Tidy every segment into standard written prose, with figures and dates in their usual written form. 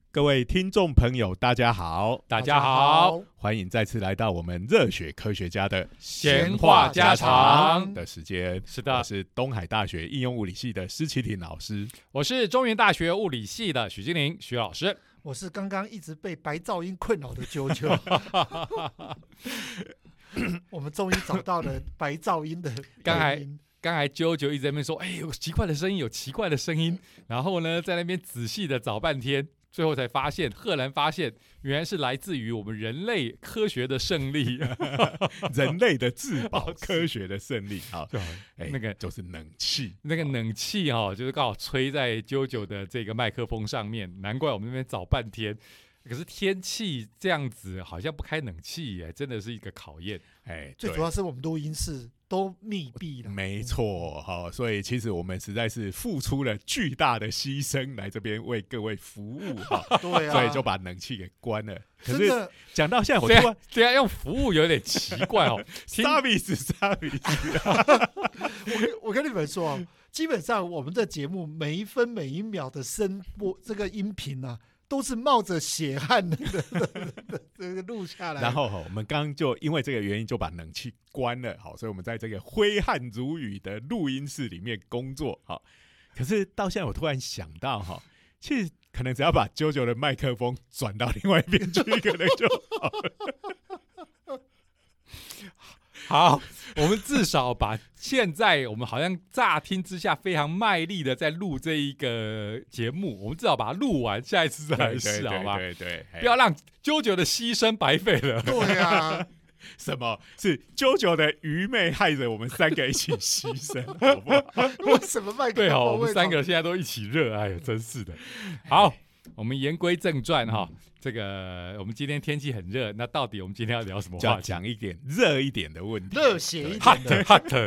各位听众朋友，大家好， 大家好， 欢迎再次来到我们热血科学家的闲话家常的时间。 是的， 我是东海大学应用物理系的施启廷老师， 我是中原大学物理系的许金玲许老师， 我是刚刚一直被白噪音困扰的啾啾。我们终于找到了白噪音的原因。 刚才啾啾一直在那边说，有奇怪的声音，有奇怪的声音，然后呢，在那边仔细的找半天，最后才发现，赫然发现，原来是来自于我们人类科学的胜利， 人类的自保科学的胜利。好， 那个就是冷气， 那个冷气就是刚好吹在啾啾的这个麦克风上面，难怪我们那边找半天。可是天气这样子，好像不开冷气耶，真的是一个考验。 最主要是我们录音室都密闭了， 没错，所以其实我们实在是付出了巨大的牺牲来这边为各位服务， 对啊， 所以就把冷气给关了。可是讲到现在，我突然这样用服务有点奇怪哦 ，service。 我跟你们说，基本上我们的节目每一分每一秒的声波这个音频啊，都是冒着血汗的录下来。 然后我们刚刚就因为这个原因就把冷气关了，所以我们在这个挥汗如雨的录音室里面工作。可是到现在我突然想到，其实可能只要把啾啾的麦克风转到另外一边去，可能就好了。 好，我们至少把现在我们好像乍听之下非常卖力的在录这一个节目，我们至少把它录完，下一次再来试，好吧？ 对， 不要让啾啾的牺牲白费了。 对啊， 什么是啾啾的愚昧害着我们三个一起牺牲，好不好？ 为什么麦克风？ 对我们三个现在都一起热，真是的。好，我们言归正传这个我们今天天气很热，那到底我们今天要聊什么话题？ 讲一点热一点的问题， 热血一点的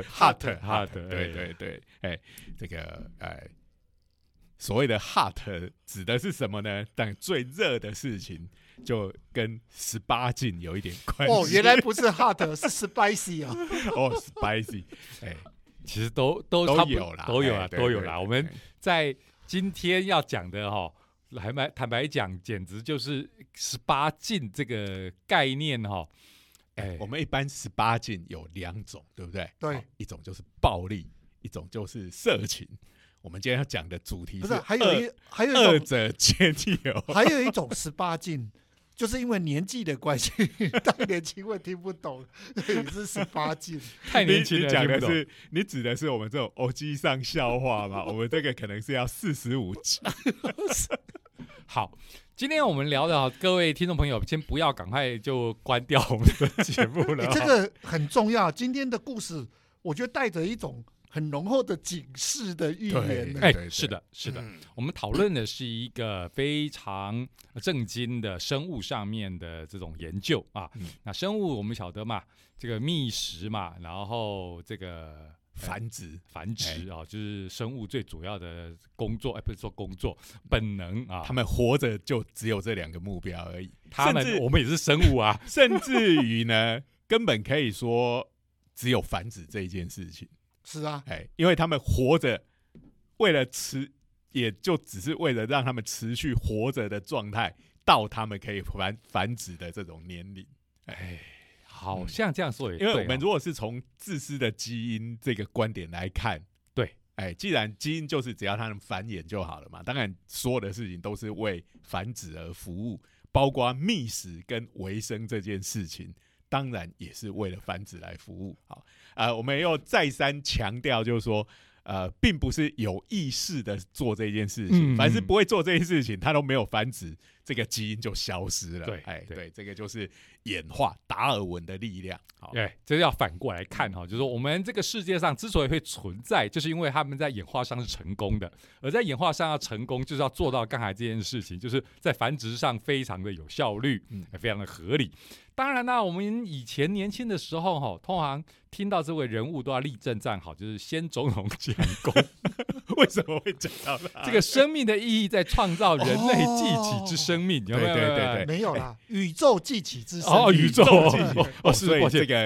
hot， 对，这个所谓的 hot 指的是什么呢？但最热的事情就跟18禁有一点关系。 原来不是 hot， 是 spicy 啊。 spicy， 其实都有啦， 都有啦， 对都有啦。我们在今天要讲的坦白讲，简直就是18禁这个概念我们一般18禁有2种，对不对？ 对， 一种就是暴力，一种就是色情。我们今天要讲的主题是还有一二者兼有， 还有一种18禁，就是因为年纪的关系，太年轻会听不懂，也是18禁。 太年轻了， 你指的是我们这种欧基上笑话吗？我们这个可能是要45集。 好，今天我们聊的各位听众朋友，先不要赶快就关掉我们的节目了。 这个很重要。今天的故事，我觉得带着一种很浓厚的警示的预言。 是的，我们讨论的是一个非常正经的生物上面的这种研究啊。那生物我们晓得嘛，这个觅食嘛，然后这个繁殖就是生物最主要的工作，不是说工作，本能啊。 他们活着就只有这2个目标而已。 我们也是生物啊， 甚至于呢，根本可以说只有繁殖这一件事情。 是啊， 因为他们活着，为了吃，也就只是为了让他们持续活着的状态，到他们可以繁殖的这种年龄。 好像这样说也对， 因为我们如果是从自私的基因这个观点来看， 对， 既然基因就是只要它能繁衍就好了嘛，当然所有的事情都是为繁殖而服务，包括觅食跟维生这件事情，当然也是为了繁殖来服务。好，我们又再三强调，就是说，并不是有意识的做这件事情，凡是不会做这件事情，它都没有繁殖，这个基因就消失了。对，这个就是演化达尔文的力量。 这要反过来看就是说我们这个世界上之所以会存在，就是因为他们在演化上是成功的，而在演化上要成功，就是要做到刚才这件事情，就是在繁殖上非常的有效率，非常的合理。当然我们以前年轻的时候通常听到这位人物都要立正站好，就是先总统讲功。 为什么会讲到这个生命的意义在创造人类继起之生命？有没有？ 对， 没有啦，宇宙继起之生命。 宇宙继起。 是所以这个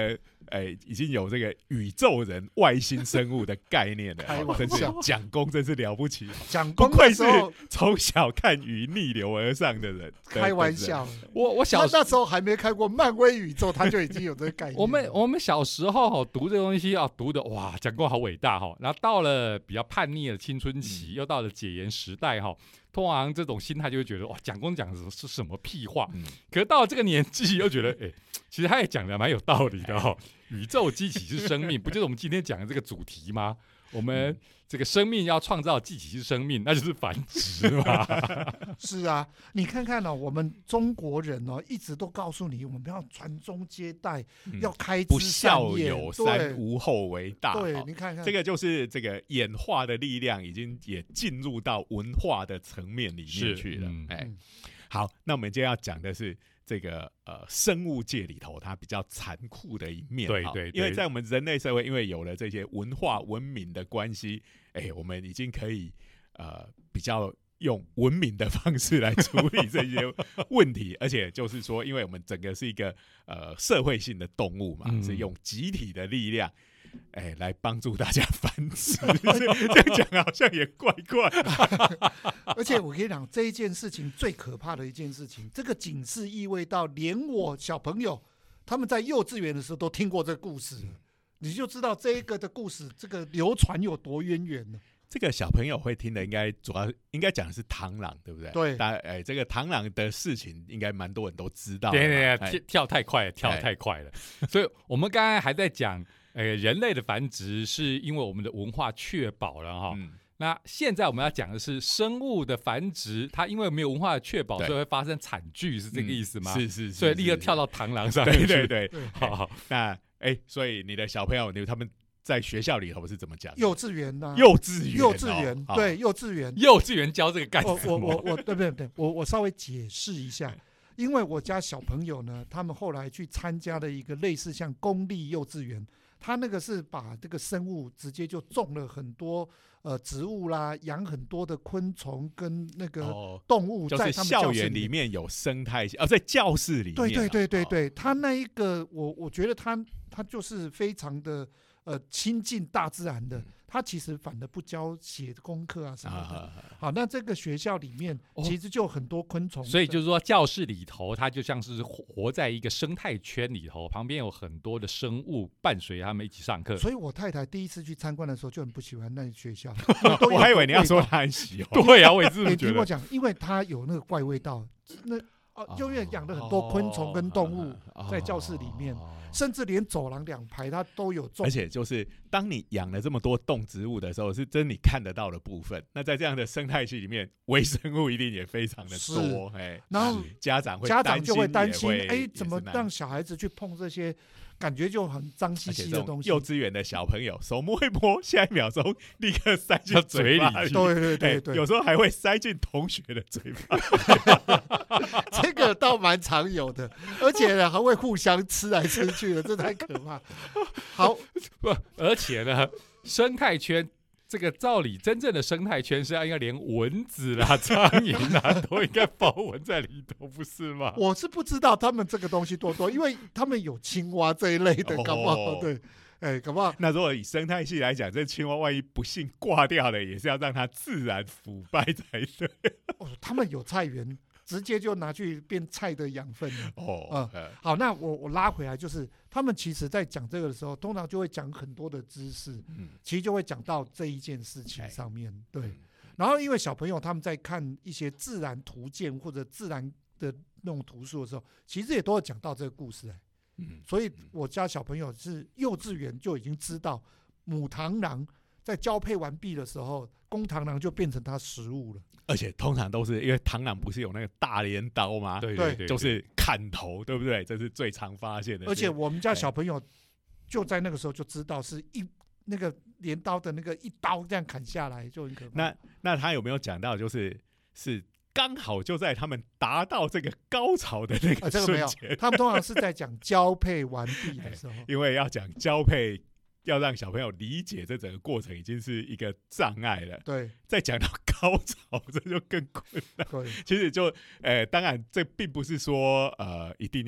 已经有这个宇宙人、外星生物的概念了。 开玩真是笑蒋公真是了不起， 蒋公不愧是那时候从小看鱼逆流而上的人。 开玩笑， 我小他那时候还没看过漫威宇宙，他就已经有这个概念。 我们小时候读这个东西读的哇，蒋公好伟大哈。然后到了比较叛逆的青春期，又到了解严时代哈，通常这种心态就会觉得哇，蒋公讲的是什么屁话？可是到了这个年纪，又觉得其实他也讲的蛮有道理的哈。宇宙激起是生命，不就是我们今天讲的这个主题吗？我们这个生命要创造激起是生命，那就是繁殖嘛。 是啊，你看看我们中国人一直都告诉你，我们要传宗接代，要开不枝散孝叶， 有三，无后为大。 对，你看看这个就是这个演化的力量，已经也进入到文化的层面里面去了。好，那我们今天要讲的是这个生物界里头它比较残酷的一面。 对， 因为在我们人类社会，因为有了这些文化文明的关系，我们已经可以比较用文明的方式来处理这些问题，而且就是说，因为我们整个是一个社会性的动物嘛，是用集体的力量。来帮助大家繁殖，这样讲好像也怪怪。 而且我跟你讲，这一件事情最可怕的一件事情，这个警示意味到连我小朋友他们在幼稚园的时候都听过这个故事，你就知道这一个的故事这个流传有多渊源了。 这个小朋友会听的，主要应该讲的是螳螂，对不对？ 对， 这个螳螂的事情，应该蛮多人都知道的。 对，跳太快了，跳太快了。所以我们刚才还在讲。人类的繁殖是因为我们的文化确保了哈。那现在我们要讲的是生物的繁殖，它因为没有文化的确保，所以会发生惨剧，是这个意思吗？ 是， 所以立刻跳到螳螂上面去。 对。好，那所以你的小朋友，他们在学校里头是怎么讲？ 幼稚园呐， 幼稚园，对，幼稚园教这个干什么？ 我稍微解释一下。因为我家小朋友呢，他们后来去参加了一个类似像公立幼稚园。他那个是把这个生物直接就种了很多植物啦，养很多的昆虫跟那个动物在他们校园里面有生态系在教室里面。 对，他那一个我觉得他就是非常的亲近大自然的。他其实反而不教写功课啊什么的。好，那这个学校里面其实就很多昆虫， 所以就是说教室里头它就像是活在一个生态圈里头，旁边有很多的生物伴随他们一起上课。 所以我太太第一次去参观的时候就很不喜欢那学校。 我还以为你要说她很喜欢。 对啊，我也是觉得。 你听我讲，因为它有那个怪味道，就因为养了很多昆虫跟动物在教室里面。甚至连走廊两排它都有种， 而且就是当你养了这么多动植物的时候，是真你看得到的部分。那在这样的生态系里面，微生物一定也非常的多。 然后家长就会担心，怎么让小孩子去碰这些感觉就很脏兮兮的东西？ 幼稚园的小朋友手摸一摸，下一秒钟立刻塞进嘴里去。 对， 有时候还会塞进同学的嘴巴。 这个倒蛮常有的，而且呢还会互相吃来吃去的，这太可怕。好， 而且呢，生态圈这个照理，真正的生态圈是应该连蚊子啦、苍蝇啦都应该包围在里头，不是吗？ 我是不知道他们这个东西多，因为他们有青蛙这一类的，搞不好对。搞不好。 那如果以生态系来讲，这青蛙万一不幸挂掉了，也是要让它自然腐败才对。 他们有菜园，直接就拿去变菜的养分了。好，那我拉回来，就是他们其实在讲这个的时候，通常就会讲很多的知识，其实就会讲到这一件事情上面。对，然后因为小朋友他们在看一些自然图鉴或者自然的那种图书的时候，其实也都会讲到这个故事。所以我家小朋友是幼稚园就已经知道，母螳螂在交配完毕的时候，公螳螂就变成它食物了。 而且通常都是因为螳螂不是有那个大镰刀吗？ 对， 就是砍头，对不对？这是最常发现的。 而且我们家小朋友就在那个时候就知道是那个镰刀的那个一刀这样砍下来就很可怕。 那他有没有讲到是刚好就在他们达到这个高潮的那个瞬间？ 这个没有，他们通常是在讲交配完毕的时候。 因为要讲交配，要让小朋友理解这整个过程已经是一个障碍了。 对， 再讲到高潮，这就更困难。其实就当然这并不是说一定要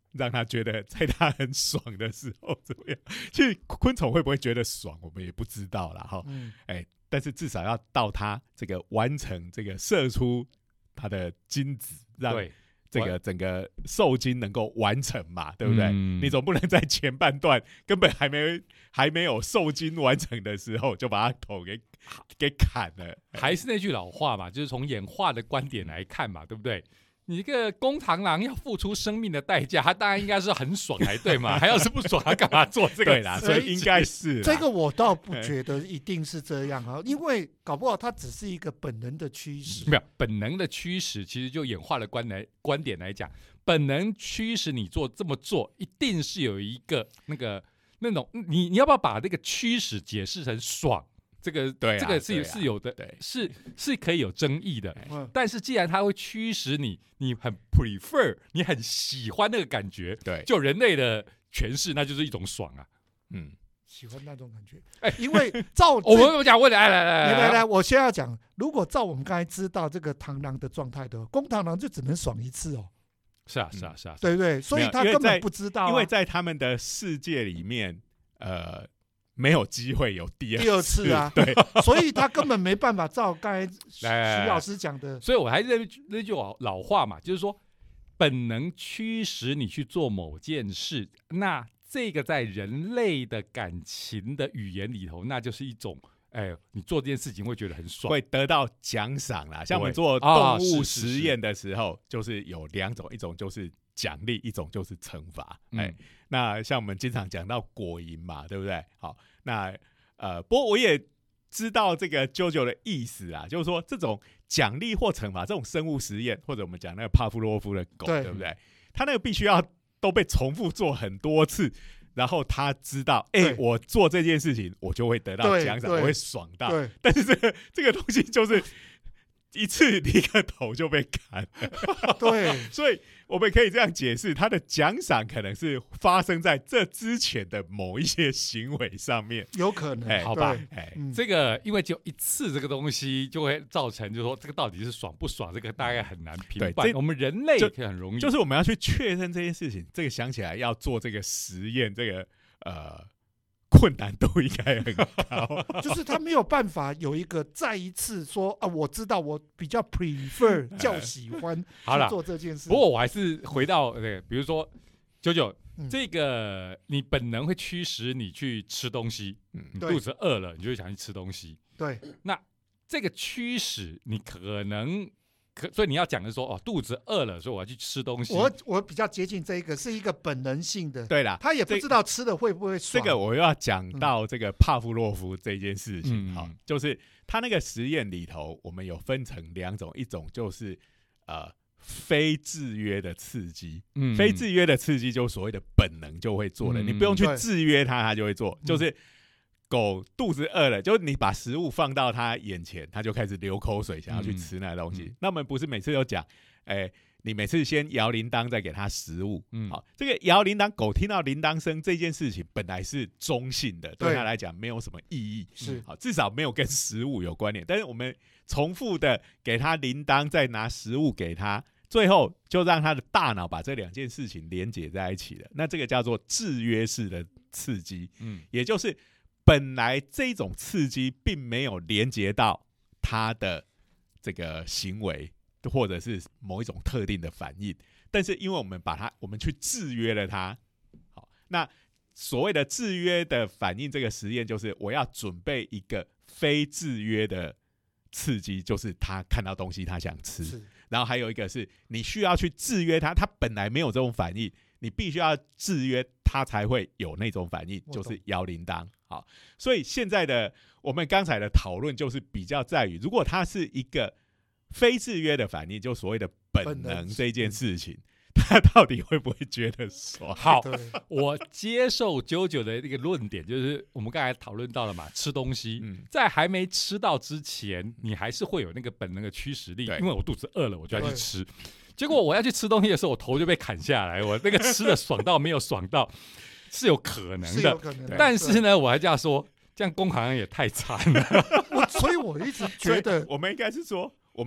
让他觉得在他很爽的时候怎么样？其实昆虫会不会觉得爽，我们也不知道啦哈。但是至少要到他这个完成这个射出他的精子，让这个整个受精能够完成嘛，对不对？你总不能在前半段根本还没有受精完成的时候就把他头给砍了。 还是那句老话嘛，就是从演化的观点来看嘛，对不对？你这个公螳螂要付出生命的代价，他当然应该是很爽才对嘛，还要是不爽，他干嘛做这个？ 对啦，所以应该是这个我倒不觉得一定是这样啊，因为搞不好它只是一个本能的驱使。 没有本能的驱使，其实就演化的观点来讲，本能驱使你这么做，一定是有一个那种你要不要把这个驱使解释成爽？这个是有的，是可以有争议的。但是既然它会驱使你很 prefer， 你很喜欢那个感觉， 对， 就人类的诠释，那就是一种爽啊。 喜欢那种感觉。因为照我们讲问题，来， 我先要讲，如果照我们刚才知道这个螳螂的状态的，公螳螂就只能爽一次哦。 是啊， 对不对？所以他根本不知道， 因为在他们的世界里面，没有机会有第二次啊， 对， 所以他根本没办法照刚才徐老师讲的。 所以我还是那句老话嘛，就是说本能驱使你去做某件事，那这个在人类的感情的语言里头，那就是一种，你做这件事情会觉得很爽， 会得到奖赏啦。像我们做动物实验的时候，就是有两种，一种就是奖励，一种就是惩罚。那像我们经常讲到果蝇嘛，对不对？好，那不过我也知道这个JoJo的意思啊，就是说这种奖励或惩罚，这种生物实验，或者我们讲那个帕夫洛夫的狗，对不对？他那个必须要都被重复做很多次，然后他知道，我做这件事情，我就会得到奖赏，我会爽到。但是这个东西就是一次一个头就被砍了。 对， 所以我们可以这样解释，它的奖赏可能是发生在这之前的某一些行为上面， 有可能， 好吧？这个因为只有一次这个东西，就会造成，就是说这个到底是爽不爽，这个大概很难评判。我们人类可以很容易， 就是我们要去确认这件事情。这个想起来要做这个实验，这个困难度应该很高。 就是他没有办法有一个再一次说啊，我知道我比较 prefer 较喜欢去做这件事。 不过我还是回到比如说99，这个你本能会驱使你去吃东西，你肚子饿了，你就会想去吃东西。 对， 那这个驱使你可能。所以你要讲的说，肚子饿了，所以我要去吃东西。 我比较接近这一个，是一个本能性的。 对啦， 他也不知道吃的会不会爽。 这个我又要讲到这个帕夫洛夫这件事情。就是他那个实验里头，我们有分成两种，一种就是非制约的刺激。非制约的刺激就是所谓的本能就会做的，你不用去制约它就会做。就是狗肚子饿了，就是你把食物放到它眼前，它就开始流口水，想要去吃那个东西。那我们不是每次都讲，你每次先摇铃铛，再给它食物。好，这个摇铃铛，狗听到铃铛声这件事情本来是中性的，对它来讲没有什么意义，好，至少没有跟食物有关联。但是我们重复的给它铃铛，再拿食物给它，最后就让它的大脑把这两件事情连结在一起了。那这个叫做制约式的刺激，也就是本来这种刺激并没有连接到它的这个行为，或者是某一种特定的反应，但是因为我们去制约了它。好，那所谓的制约的反应，这个实验就是我要准备一个非制约的刺激，就是他看到东西他想吃，然后还有一个是你需要去制约他本来没有这种反应，你必须要制约他才会有那种反应，就是摇铃铛。好，所以现在的我们刚才的讨论就是比较在于，如果它是一个非制约的反应，就所谓的本能这件事情，他到底会不会觉得爽？ 好，我接受JoJo的那个论点，就是我们刚才讨论到了嘛，吃东西，在还没吃到之前，你还是会有那个本能的驱使力，因为我肚子饿了，我就要去吃。结果我要去吃东西的时候，我头就被砍下来，我那个吃的爽到没有爽到。是有可能的，但是呢，我还这样说，这样公好像也太惨了。 所以我一直觉得， 我们应该是说，我们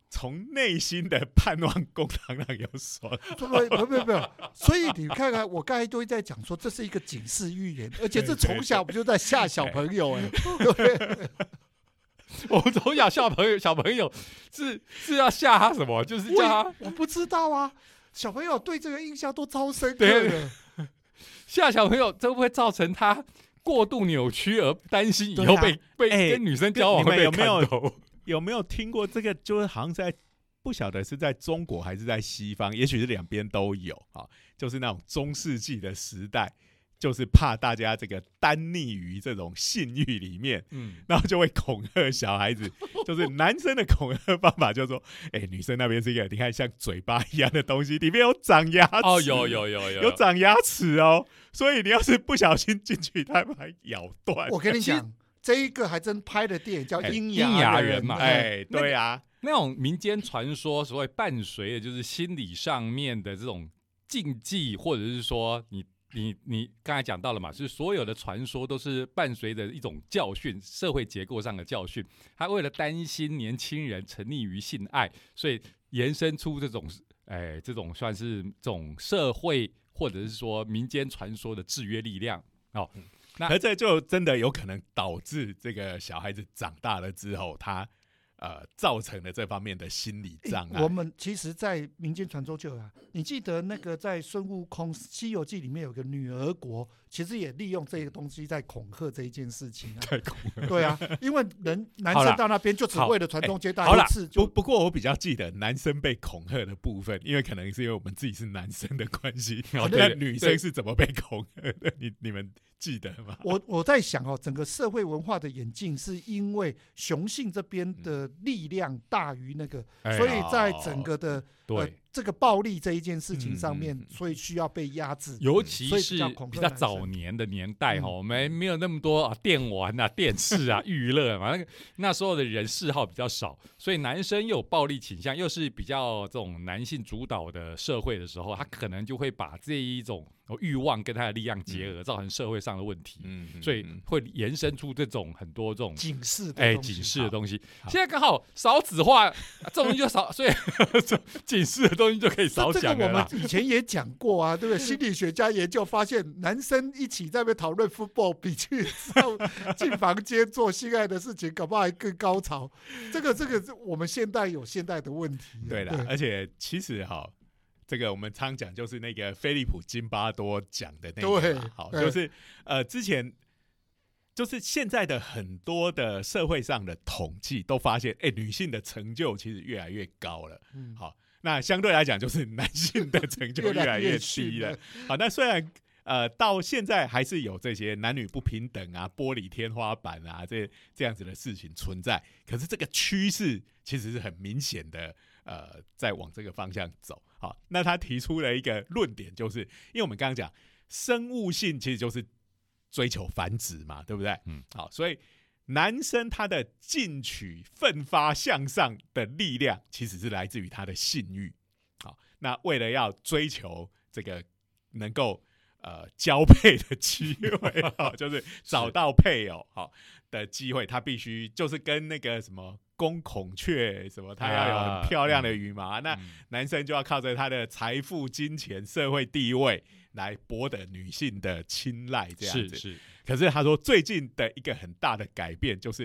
从内心的盼望共产党有所不，所以你看看，我刚才都在讲说，这是一个警示预言，而且这从小不就在吓小朋友对不对？ 我们从小小朋友是要吓他什么？就是叫他我不知道啊，小朋友对这个印象都超深刻的。 吓小朋友，这会不会造成他过度扭曲而担心以后被跟女生交往会被看透？ 有没有听过这个？就是好像在不晓得是在中国还是在西方，也许是两边都有啊。就是那种中世纪的时代，就是怕大家这个耽溺于这种性欲里面，然后就会恐吓小孩子。就是男生的恐吓方法，就是说，女生那边是一个你看像嘴巴一样的东西，里面有长牙齿哦，有长牙齿哦，所以你要是不小心进去，它把咬断。 我跟你讲。这一个还真拍的电影叫《阴阳人》 嘛，对啊， 那种民间传说，所谓伴随的就是心理上面的这种禁忌，或者是说你刚才讲到了嘛，就是所有的传说都是伴随着一种教训，社会结构上的教训。他为了担心年轻人沉溺于性爱，所以延伸出这种算是这种社会或者是说民间传说的制约力量哦。 而这就真的有可能导致这个小孩子长大了之后，他造成了这方面的心理障碍。 我们其实，在民间传说就有你记得那个在孙悟空《西游记》里面有个女儿国，其实也利用这个东西在恐吓这一件事情对啊，因为男生到那边就只为了传宗接代一次。 不过我比较记得男生被恐吓的部分，因为可能是因为我们自己是男生的关系，那女生是怎么被恐吓的？你们记得吗？ 我在想整个社会文化的演进是因为雄性这边的力量大于那个，所以在整个的这个暴力这一件事情上面，所以需要被压制。 尤其是比较早年的年代我们没有那么多电玩电视娱乐嘛，那时候的人嗜好比较少，所以男生又有暴力倾向，又是比较这种男性主导的社会的时候，他可能就会把这一种欲望跟他的力量结合，造成社会上的问题，所以会延伸出这种很多这种警示的东西。现在刚好少子化，这种东西就少，所以警示的东西就可以少讲了。 这个我们以前也讲过对不对？心理学家研究发现，男生一起在那边讨论 football 比去进房间做性爱的事情，搞不好还更高潮。这个我们现代有现代的问题。 对啦，而且其实这个我们常讲，就是那个菲利普金巴多讲的那个好，就是之前就是现在的很多的社会上的统计都发现，女性的成就其实越来越高了。好，那相对来讲，就是男性的成就越来越低了。好，那虽然到现在还是有这些男女不平等玻璃天花板这样子的事情存在，可是这个趋势其实是很明显的。在往这个方向走。好，那他提出了一个论点，就是因为我们刚刚讲生物性其实就是追求繁殖嘛，对不对？好，所以男生他的进取、奋发向上的力量，其实是来自于他的性欲。好，那为了要追求这个能够交配的机会，就是找到配偶的机会，他必须就是跟那个什么公孔雀什么，他要有很漂亮的羽毛，那男生就要靠着他的财富、金钱、社会地位来博得女性的青睐，这样子。 是。 可是他说，最近的一个很大的改变就是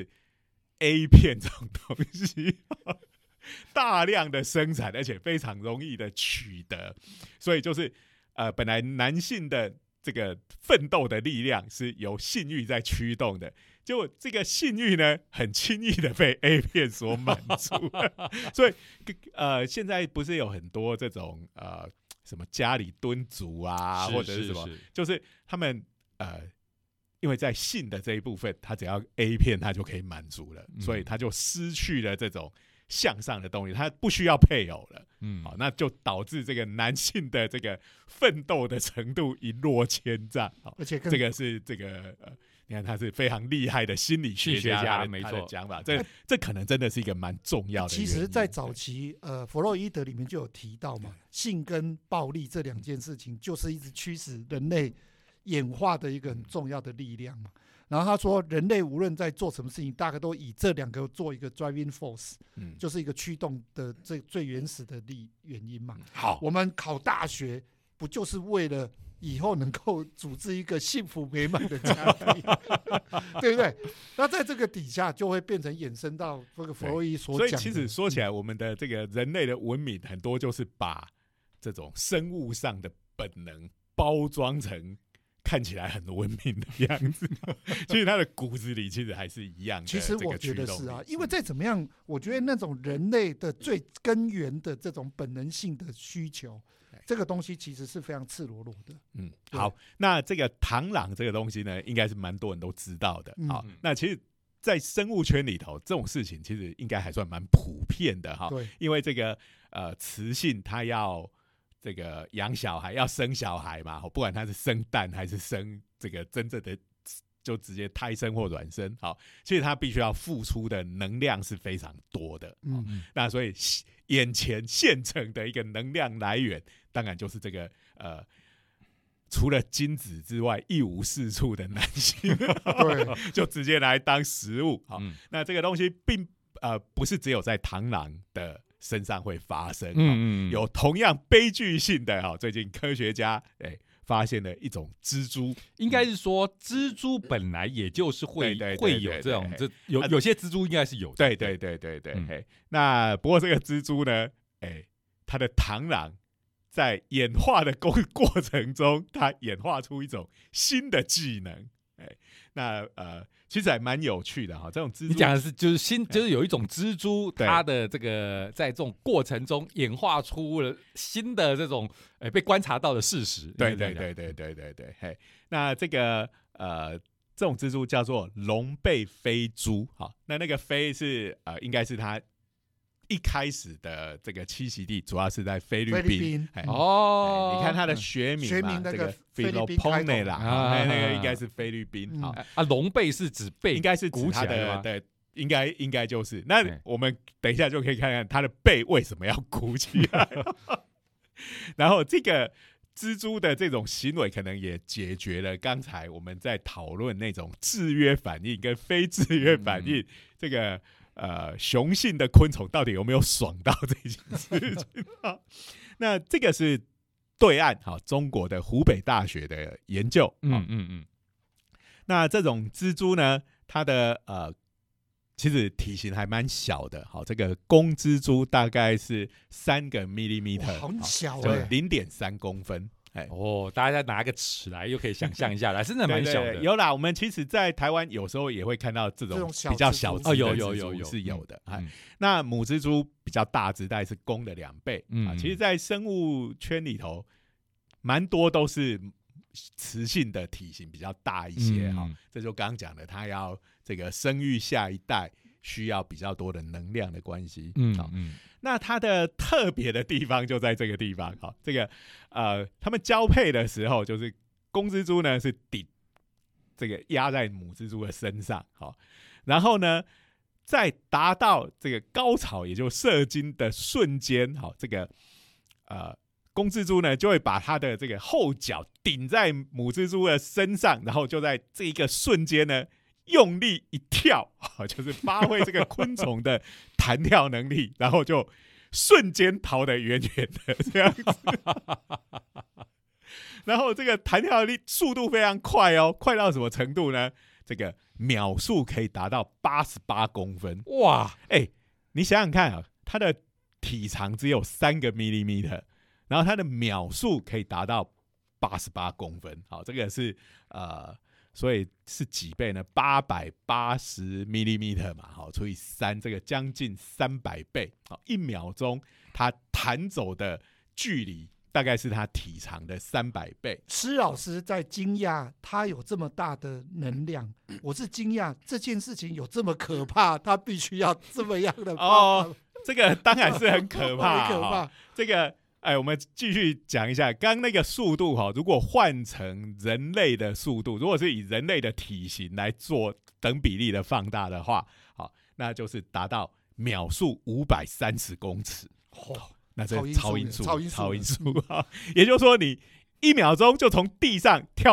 A 片这种东西大量的生产，而且非常容易的取得，所以就是本来男性的这个奋斗的力量是由性欲在驱动的，结果这个性欲呢，很轻易的被 A 片所满足所以现在不是有很多这种什么家里蹲族或者是什么，就是他们因为在性的这一部分，他只要 A 片他就可以满足了，所以他就失去了这种向上的东西，他不需要配偶了。好，那就导致这个男性的这个奋斗的程度一落千丈。 而且这个是这个你看他是非常厉害的心理学家没错， 他的讲法，这可能真的是一个蛮重要的原因。 其实，在早期弗洛伊德里面就有提到嘛，性跟暴力这两件事情，就是一直驱使人类演化的一个很重要的力量嘛。然后他说，人类无论在做什么事情，大概都以这2个做一个 driving force，就是一个驱动的最原始的原因嘛。 好， 我们考大学不就是为了以后能够组织一个幸福美满的家庭，对不对？那在这个底下就会变成衍生到这个弗洛伊所讲的。 所以其实说起来，我们的这个人类的文明很多就是把这种生物上的本能包装成看起来很文明的样子，其实他的骨子里其实还是一样的。 其实我觉得是啊，因为再怎么样，我觉得那种人类的最根源的这种本能性的需求，这个东西其实是非常赤裸裸的。 好，那这个螳螂这个东西呢，应该是蛮多人都知道的。好，那其实，在生物圈里头，这种事情其实应该还算蛮普遍的哈。因为这个雌性它要这个养小孩，要生小孩嘛，不管它是生蛋还是生这个真正的就直接胎生或卵生，好，其实它必须要付出的能量是非常多的。那所以眼前现成的一个能量来源，当然就是这个除了精子之外一无是处的男性，对，就直接来当食物。好，那这个东西并不是只有在螳螂的身上会发生，有同样悲剧性的最近科学家发现了一种蜘蛛， 应该是说蜘蛛本来也就是会有这种，有些蜘蛛应该是有的。 对。那不过这个蜘蛛呢，它的螳螂在演化的过程中，它演化出一种新的技能。那其实还蛮有趣的哈。这种蜘蛛， 你讲的是就是有一种蜘蛛，它的这个在这种过程中演化出了新的这种被观察到的事实。 对。那这个这种蜘蛛叫做龙背飞蛛。好，那个飞是应该是它一开始的这个栖息地主要是在菲律宾。你看它的学名嘛，这个菲律宾开头那个应该是菲律宾。 龙背是指背， 应该是指它的，对，应该就是。那我们等一下就可以看看它的背为什么要鼓起来。然后这个蜘蛛的这种行为，可能也解决了刚才我们在讨论那种制约反应跟非制约反应，这个雄性的昆虫到底有没有爽到这件事情？那这个是对岸中国的湖北大学的研究。那这种蜘蛛呢，它的其实体型还蛮小的。好，这个公蜘蛛大概是3个 millimeter， 很小就0.3公分。 大家拿个尺来，又可以想象一下来，真的蛮小的。 有啦，我们其实在台湾有时候也会看到这种比较小只的蜘蛛是有的。那母蜘蛛比较大只，大概是公的2倍。其实在生物圈里头，蛮多都是雌性的体型比较大一些。这就刚刚讲的，它要这个生育下一代需要比较多的能量的关系。那它的特别的地方就在这个地方。这个他们交配的时候，就是公蜘蛛呢是这个压在母蜘蛛的身上，然后呢在达到这个高潮，也就射精的瞬间，这个公蜘蛛呢就会把它的这个后脚顶在母蜘蛛的身上，然后就在这一个瞬间呢用力一跳，就是发挥这个昆虫的弹跳能力，然后就瞬间逃得远远的这样子。然后这个弹跳力速度非常快快到什么程度呢？这个秒速可以达到88公分。 哇， 你想想看它的体长只有3个 millimeter， 然后它的秒速可以达到88公分。好，这个是所以是几倍呢？880 millimeter 嘛，除以3，这个将近300倍。1秒钟它弹走的距离大概是它体长的300倍。 施老师在惊讶它有这么大的能量，我是惊讶这件事情有这么可怕，它必须要这么样的这个当然是很可怕。 很可怕。 这个我们继续讲一下，刚那个速度如果换成人类的速度，如果是以人类的体型来做等比例的放大的话，那就是达到秒速530公尺。那这超音速。也就是说，你1秒钟就从地上跳到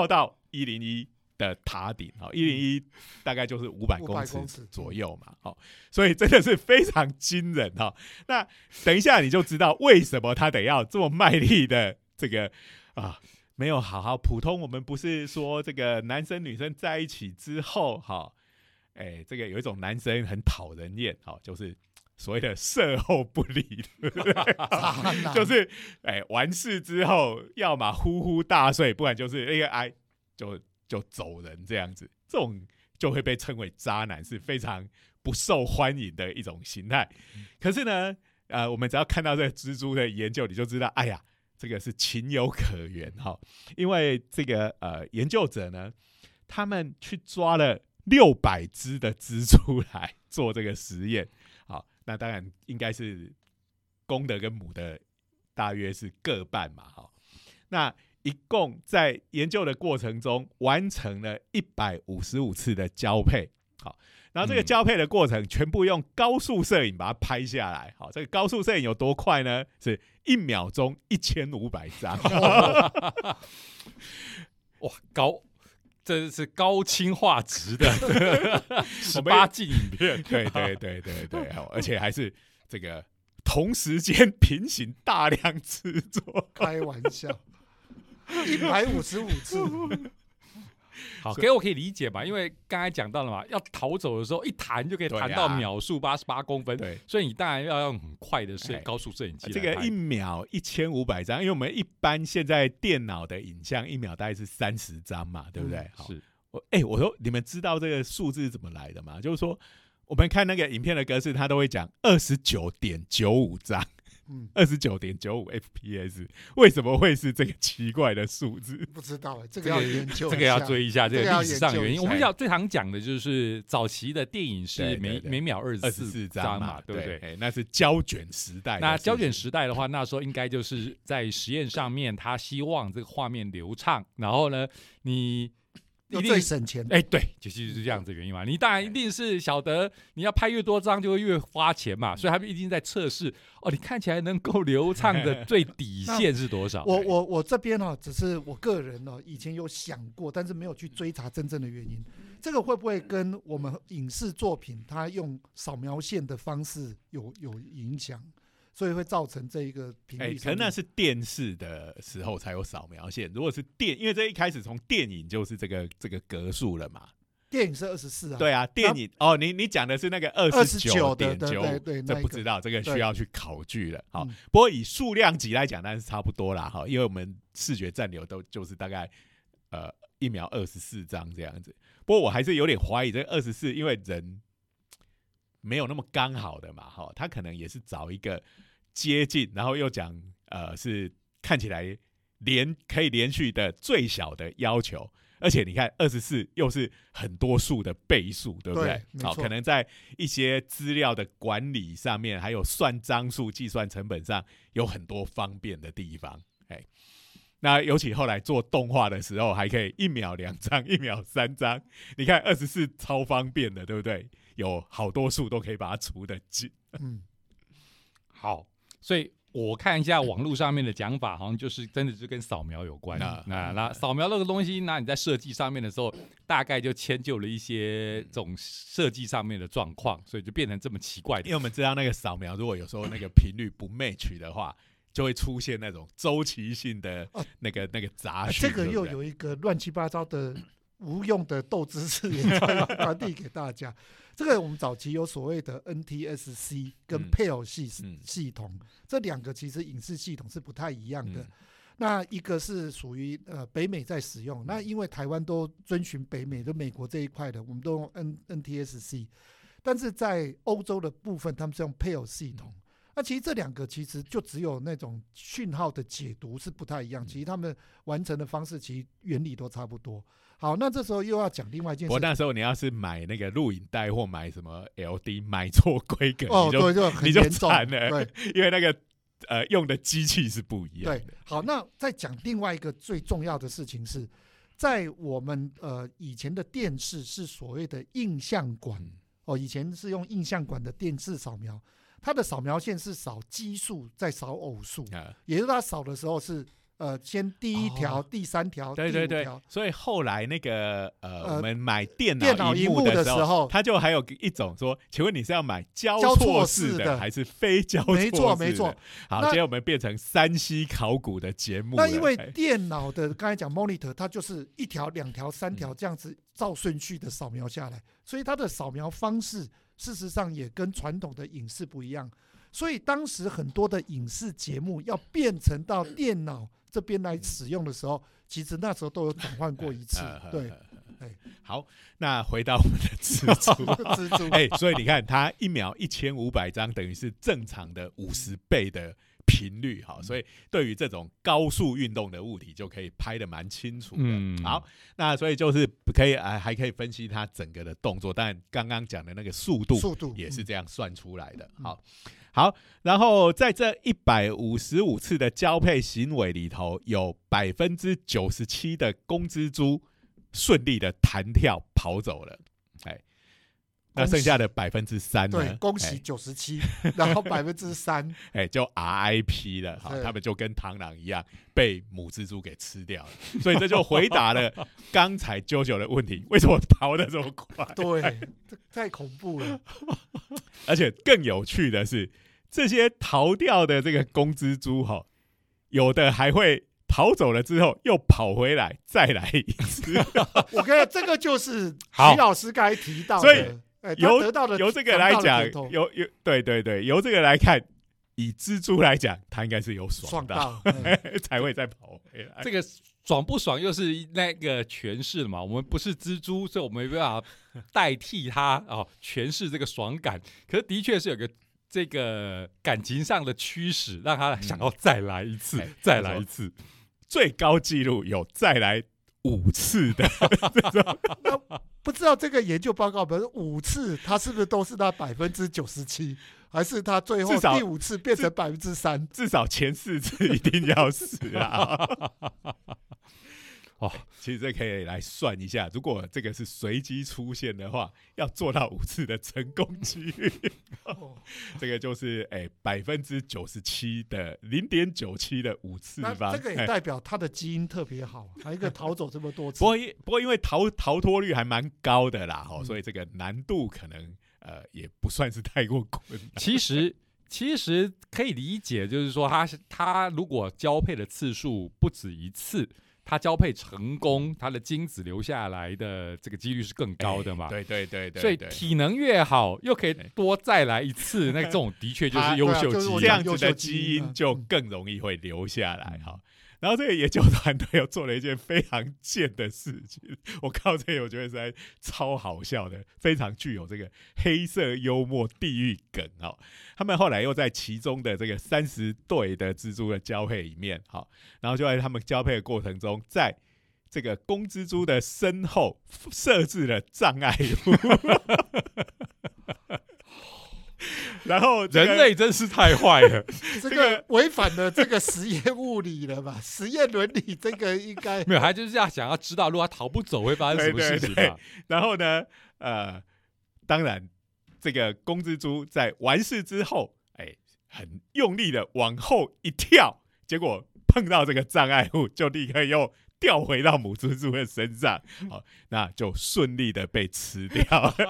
101的塔顶，101大概就是500公尺左右嘛，所以真的是非常惊人哈。那等一下你就知道为什么他得要这么卖力的这个没有好好普通。我们不是说这个男生女生在一起之后这个有一种男生很讨人厌，就是所谓的事后不理，对不对？就是完事之后，要么呼呼大睡，不然就是就走人这样子，这种就会被称为渣男，是非常不受欢迎的一种形态。可是呢，我们只要看到这个蜘蛛的研究，你就知道，哎呀，这个是情有可原哈。因为这个研究者呢，他们去抓了600只的蜘蛛来做这个实验，好，那当然应该是公的跟母的大约是各半嘛，那一共在研究的过程中完成了155次的交配，好，然后这个交配的过程全部用高速摄影把它拍下来，好，这个高速摄影有多快呢？是1秒钟1500张， 哇，这是高清画质的18G 影片， 对，而且还是这个同时间平行大量制作， 开玩笑。155次， 好，给我可以理解吧？因为刚才讲到了嘛，要逃走的时候一弹就可以弹到秒速88公分， 对， 所以你当然要用很快的高速摄影机来拍。 这个1秒1500张，因为我们一般现在电脑的影像1秒大概是30张嘛，对不对？ 是。 我说你们知道这个数字怎么来的吗？就是说我们看那个影片的格式，它都会讲29.95张。29.95 FPS 为什么会是这个奇怪的数字？ 不知道这个要研究， 这个要追一下这个历史上原因。我们最常讲的就是早期的电影是每秒24张嘛，对不对？ 那是胶卷时代。 那胶卷时代的话，那时候应该就是在实验上面，他希望这个画面流畅，然后呢，你一定最省钱， 对，就是这样子的原因嘛。你当然一定是晓得，你要拍越多张就会越花钱嘛，所以他们一定在测试你看起来能够流畅的最底线是多少？ 我这边只是我个人以前有想过，但是没有去追查真正的原因。这个会不会跟我们影视作品它用扫描线的方式有影响？所以会造成这一个频率。 可能那是电视的时候才有扫描线。如果是因为这一开始从电影就是这个格数了嘛。 电影是24啊。 对啊，电影你讲的是那个29.95， 对， 这不知道，这个需要去考据了。好，不过以数量级来讲，那是差不多啦。哈，因为我们视觉暂留都就是大概1秒24张这样子。不过我还是有点怀疑这个24，因为人没有那么刚好的嘛。哈，他可能也是找一个接近，然后又讲是看起来可以连续的最小的要求，而且你看24又是很多数的倍数，对不对？好，可能在一些资料的管理上面，还有算张数、计算成本上有很多方便的地方。那尤其后来做动画的时候，还可以1秒2张、1秒3张，你看24超方便的，对不对？有好多数都可以把它除得尽。 好。所以我看一下网络上面的讲法，好像就是真的就跟扫描有关。那扫描那个东西，那你在设计上面的时候，大概就迁就了一些这种设计上面的状况，所以就变成这么奇怪的。 因为我们知道那个扫描，如果有时候那个频率不 match 的话，就会出现那种周期性的那个杂讯。 这个又有一个乱七八糟的无用的斗知识也传递给大家。这个我们早期有所谓的 NTSC 跟 PAL 系统，这两个其实影视系统是不太一样的。那一个是属于北美在使用，那因为台湾都遵循北美的美国这一块的，我们都用 NTSC， 但是在欧洲的部分他们是用 PAL 系统。那其实这两个其实就只有那种讯号的解读是不太一样，其实他们完成的方式其实原理都差不多。好，那这时候又要讲另外一件事。 我那时候你要是买那个录影带或买什么 LD 买错规格，你就惨了，对，因为那个用的机器是不一样的。 对，好，那再讲另外一个最重要的事情是，在我们以前的电视是所谓的映像管，以前是用映像管的电视扫描，它的扫描线是扫奇数再扫偶数，也就是它扫的时候是先第一条、第三条、 对对对第五条， 所以后来那个我们买电脑萤幕的时候，它就还有一种说，请问你是要买交错式的还是非交错式的？ 没错没错。 好，今天我们变成3C 考古的节目了。 那因为电脑的刚才讲 monitor， 它就是1条、2条、3条这样子照顺序的扫描下来，所以它的扫描方式事实上也跟传统的影视不一样。所以当时很多的影视节目要变成到电脑这边来使用的时候，其实那时候都有转换过一次。对， 好，那回到我们的蜘蛛，所以你看，它1秒1500张，等于是正常的50倍的频率，所以对于这种高速运动的物体，就可以拍得蛮清楚的。好，那所以就是可以还可以分析它整个的动作，但刚刚讲的那个速度也是这样算出来的。好，然后在这155次的交配行为里头，有97%的公蜘蛛顺利的弹跳跑走了。那剩下的3%呢？ 对，恭喜97，然后3%， 就 RIP 了。好，他们就跟螳螂一样被母蜘蛛给吃掉了。所以这就回答了刚才JoJo的问题：为什么逃得这么快？ 对，太恐怖了。 而且更有趣的是，这些逃掉的这个公蜘蛛，有的还会逃走了之后又跑回来再来一次。 我觉得这个就是徐老师刚才提到的。 所以由这个来讲，对，由这个来看，以蜘蛛来讲，它应该是有爽到才会再跑回来。 这个爽不爽又是那个诠释嘛？我们不是蜘蛛，所以我们没办法代替它诠释这个爽感。可是的确是有个这个感情上的驱使，让他想要再来一次，再来一次。 最高纪录有再来5次的。 不知道这个研究报告，比如说5次，它是不是都是他97%，还是他最后第5次变成3%？ 至少前4次一定要是啊。其实这可以来算一下，如果这个是随机出现的话，要做到5次的成功几率，这个就是97%的0.97的5次方。 那这个也代表他的基因特别好，还有一个逃走这么多次。 不过因为逃脱率还蛮高的啦，所以这个难度可能也不算是太过困难。 其实可以理解，就是说他如果交配的次数不止1次。他交配成功，他的精子留下来的这个几率是更高的嘛？ 对， 所以体能越好，又可以多再来一次，那这种的确就是优秀基因， 这样子的基因就更容易会留下来。然后这个研究团队又做了一件非常贱的事情，我看到这个我觉得实在超好笑的，非常具有这个黑色幽默地狱梗。他们后来又在其中的这个30对的蜘蛛的交配里面，然后就在他们交配的过程中，在这个公蜘蛛的身后设置了障碍物。然后人类真是太坏了， 这个违反了这个实验物理了吧？实验伦理这个应该没有，他就是想要知道，如果他逃不走会发生什么事情吧？ 然后呢，当然，这个公蜘蛛在完事之后，很用力的往后一跳，结果碰到这个障碍物，就立刻又掉回到母蜘蛛的身上，那就顺利的被吃掉了。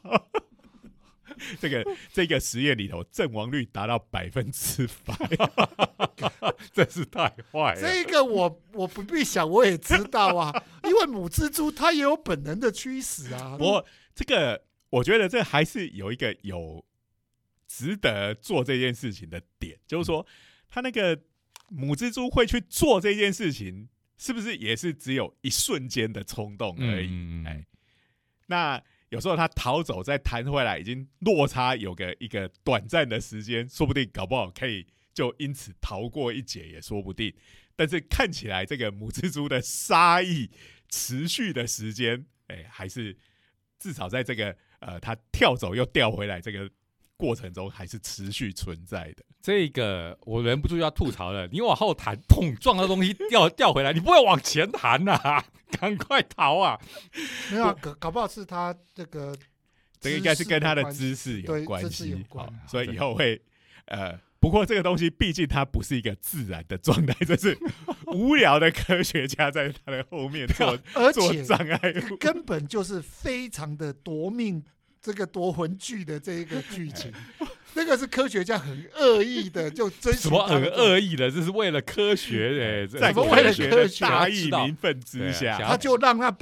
这个实验里头阵亡率达到100%，真是太坏了。 这个我不必想，我也知道啊，因为母蜘蛛它也有本能的驱使啊。 不过这个我觉得这还是有一个值得做这件事情的点，就是说它那个母蜘蛛会去做这件事情，是不是也是只有一瞬间的冲动而已？那有时候他逃走再弹回来，已经落差有一个短暂的时间，说不定搞不好可以就因此逃过一劫也说不定。但是看起来这个母蜘蛛的杀意持续的时间，还是至少在这个他跳走又掉回来这个过程中还是持续存在的。 这个我忍不住要吐槽了，你往后弹，砰，撞到东西掉回来，你不会往前弹啊，赶快逃啊！ 没有，搞不好是他这个应该是跟他的姿势有关系，所以以后会不过这个东西毕竟它不是一个自然的状态，这是无聊的科学家在他的后面做障碍物， 根本就是非常的夺命这个夺魂剧的这一个剧情。那个是科学家很恶意的，就追求什么很恶意的，这是为了科学在科学的大义名分之下， 他就让那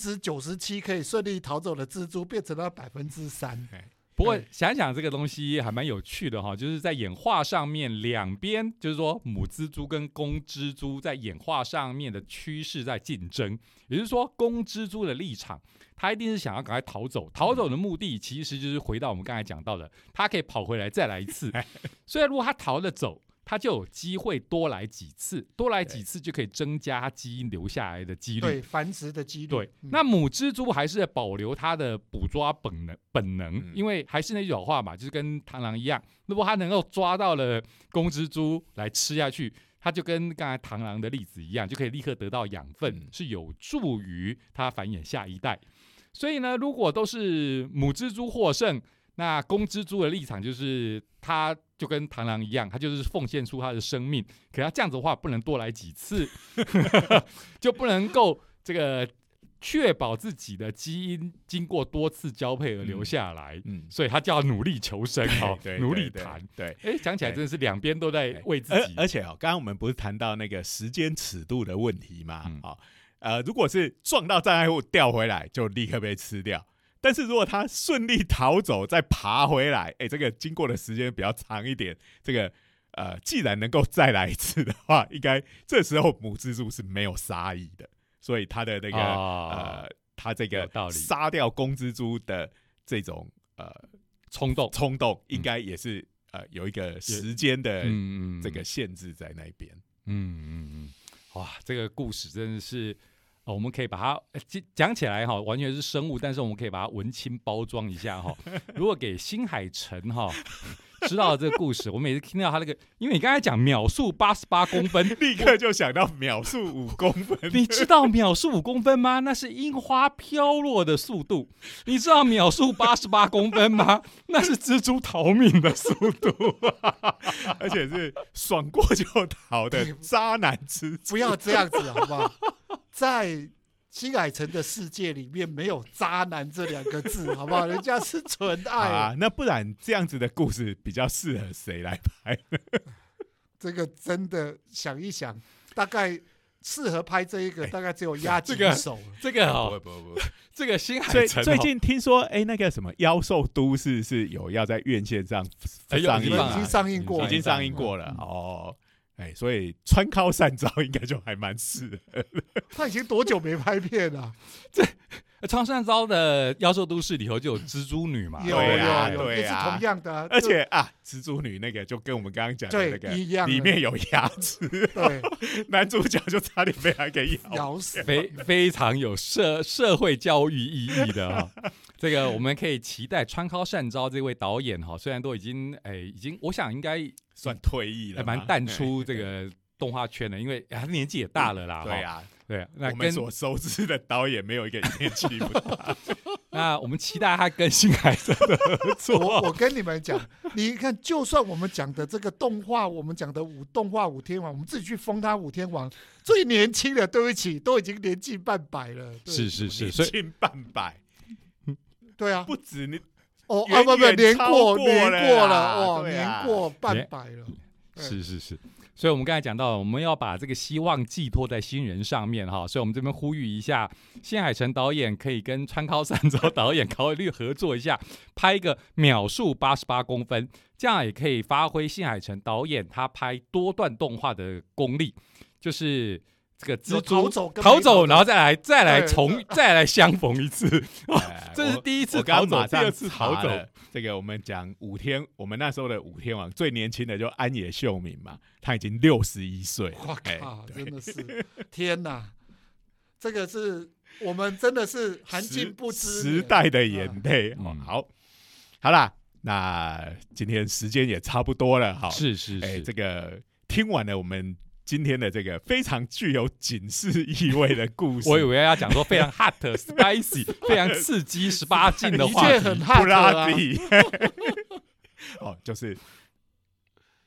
97%可以顺利逃走的蜘蛛变成了3%。 不过想想这个东西还蛮有趣的哈，就是在演化上面，两边就是说母蜘蛛跟公蜘蛛在演化上面的趋势在竞争，也就是说公蜘蛛的立场，它一定是想要赶快逃走，逃走的目的其实就是回到我们刚才讲到的，它可以跑回来再来一次，所以如果它逃得走，它就有机会多来几次，多来几次就可以增加它基因留下来的几率， 对繁殖的几率。 对，那母蜘蛛还是保留它的捕抓本能，因为还是那句老话嘛，就是跟螳螂一样，如果它能够抓到了公蜘蛛来吃下去，它就跟刚才螳螂的例子一样，就可以立刻得到养分，是有助于它繁衍下一代。所以呢，如果都是母蜘蛛获胜，那公蜘蛛的立场就是它就跟螳螂一样，它就是奉献出它的生命，可它这样子的话不能多来几次就不能够这个确保自己的基因经过多次交配而留下来，所以它就要努力求生，努力谈。 对， 讲起来真的是两边都在为自己。 而且刚刚我们不是谈到那个时间尺度的问题吗？如果是撞到障碍物掉回来，就立刻被吃掉。但是如果他顺利逃走再爬回来，这个经过的时间比较长一点，这个既然能够再来一次的话，应该这时候母蜘蛛是没有杀意的，所以他的那个他这个杀掉公蜘蛛的这种冲动，应该也是有一个时间的这个限制在那边。 哇，这个故事真的是。我们可以把它讲起来完全是生物，但是我们可以把它文青包装一下如果给新海诚知道这个故事，我每次听到他那个，因为你刚才讲秒速88公分， 立刻就想到秒速5公分。 你知道秒速5公分吗？那是樱花飘落的速度。你知道秒速88公分吗？那是蜘蛛逃命的速度， 而且是爽过就逃的渣男蜘蛛。 不要这样子好不好？在新海诚的世界里面没有渣男这2个字好不好？人家是纯爱那不然这样子的故事比较适合谁来拍呢？ 这个真的想一想，大概适合拍这一个大概只有押井守这个不这个新海诚最近听说那个什么妖兽都市是有要在院线上上映， 已经上映过了所以川尻善昭应该就还蛮适合。 他已经多久没拍片了？ 川尻善昭的妖兽都市里头就有蜘蛛女嘛， 有也是同样的而且蜘蛛女那个就跟我们刚刚讲的那个一样， 里面有牙齿，对，男主角就差点被他给咬死， 非常有社会教育意义的这个我们可以期待川尻善昭这位导演虽然都已经我想应该算退役了， 蛮淡出这个动画圈了，因为他年纪也大了啦。对，那我们所熟知的导演没有一个年纪不大。 那我们期待他跟新海诚的合作。 我跟你们讲，你看，就算我们讲的这个动画，我们讲的动画5天王，我们自己去封他5天王，最年轻的，对不起，都已经年近半百了。 是， 年近半百。 对啊， 不止你不，年过了， 年过半百了。 是，所以我们刚才讲到，我们要把这个希望寄托在新人上面所以我们这边呼吁一下，新海诚导演可以跟川尻善昭导演考虑合作一下，拍一个秒速88公分，这样也可以发挥新海诚导演他拍多段动画的功力，就是这个蜘蛛逃走，然后再来相逢一次。这是第一次逃走，第2次逃走。 这个我们讲我们那时候的5天王最年轻的就安野秀明嘛，他已经61岁。 哇靠，真的是天哪！这个是我们真的是含尽不知时代的眼泪。好啦，那今天时间也差不多了。 是， 这个听完了我们今天的这个非常具有警示意味的故事， 我以为要讲说非常 hot spicy 非常刺激18禁的话题， 很 hot 布拉迪就是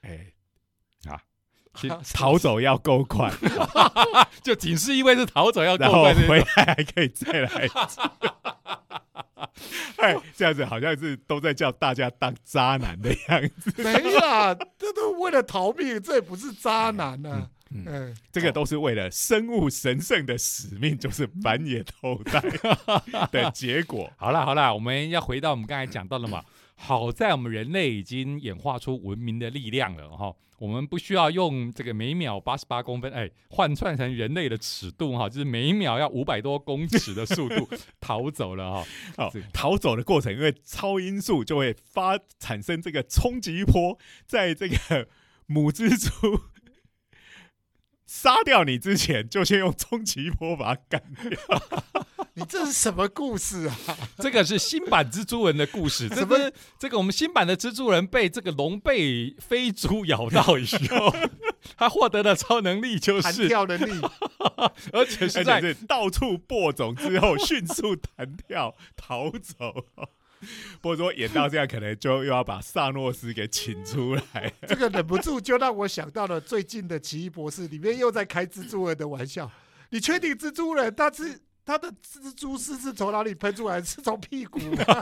逃走要够快， 就仅是因为是逃走要够然后快， 回来还可以再来一次。这样子好像是都在叫大家当渣男的样子。 没啦，这都为了逃命，这也不是渣男啊。 这个都是为了生物神圣的使命，就是繁衍后代的结果。 好啦，我们要回到我们刚才讲到的嘛。好在我们人类已经演化出文明的力量了哈，我们不需要用这个每秒88公分，换算成人类的尺度哈，就是每秒要500多公尺的速度逃走了哈。 逃走的过程，因为超音速就会产生这个冲击波，在这个母蜘蛛杀掉你之前，就先用冲击波把它干掉。 你这是什么故事啊？ 这个是新版蜘蛛人的故事。这个我们新版的蜘蛛人被这个龙背飞猪咬到以后，他获得的超能力就是弹跳能力， 而且是在到处播种之后迅速弹跳逃走。不过说演到这样，可能就又要把萨诺斯给请出来。 这个忍不住就让我想到了最近的奇异博士里面又在开蜘蛛人的玩笑。你确定蜘蛛人他的蜘蛛丝是从哪里喷出来？是从屁股吗？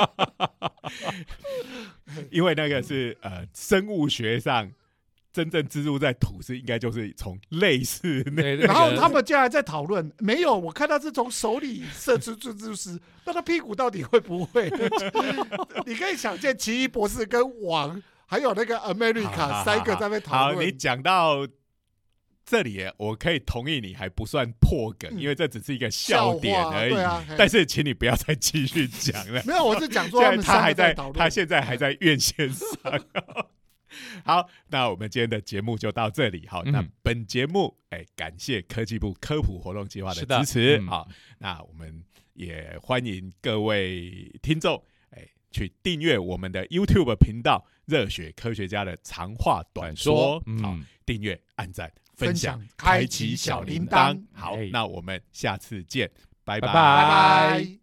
因为那个是生物学上真正蜘蛛在吐是应该就是从类似然后他们竟然在讨论，没有，我看他是从手里射出蜘蛛丝，那他屁股到底会不会？你可以想见奇异博士跟王还有那个 America 三个在那边讨论。 好，你讲到这里我可以同意你还不算破梗，因为这只是一个笑点而已。但是请你不要再继续讲了。 没有，我是讲说他现在还在院线上。好，那我们今天的节目就到这里。好，那本节目感谢科技部科普活动计划的支持。好，那我们也欢迎各位听众去订阅我们的 YouTube 频道热血科学家的长话短说。好，订阅、按赞、分享、开启小铃铛。好，那我们下次见，拜拜。